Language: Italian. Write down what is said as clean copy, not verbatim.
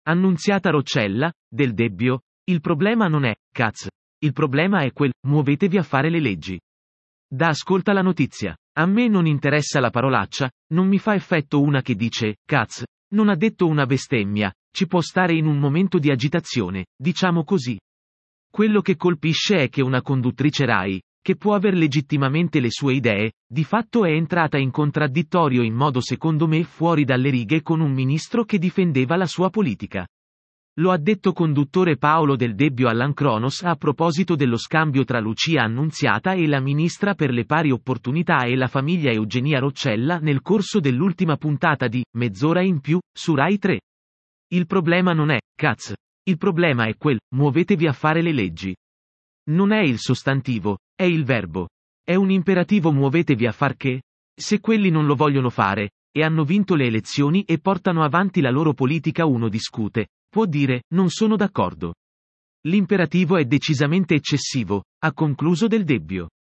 Annunziata Roccella, Del Debbio, il problema non è, caz. Il problema è muovetevi a fare le leggi. Ascolta la notizia. A me non interessa la parolaccia, non mi fa effetto una che dice, caz, non ha detto una bestemmia, ci può stare in un momento di agitazione, diciamo così. Quello che colpisce è che una conduttrice Rai, che può aver legittimamente le sue idee, di fatto è entrata in contraddittorio in modo secondo me fuori dalle righe con un ministro che difendeva la sua politica. Lo ha detto conduttore Paolo Del Debbio all'Ancronos a proposito dello scambio tra Lucia Annunziata e la ministra per le pari opportunità e la famiglia Eugenia Roccella nel corso dell'ultima puntata di Mezz'ora in più, su Rai 3. Il problema non è, caz. Il problema è muovetevi a fare le leggi. Non è il sostantivo, è il verbo. È un imperativo muovetevi a far che? Se quelli non lo vogliono fare, e hanno vinto le elezioni e portano avanti la loro politica uno discute, può dire, non sono d'accordo. L'imperativo è decisamente eccessivo, ha concluso Del Debbio.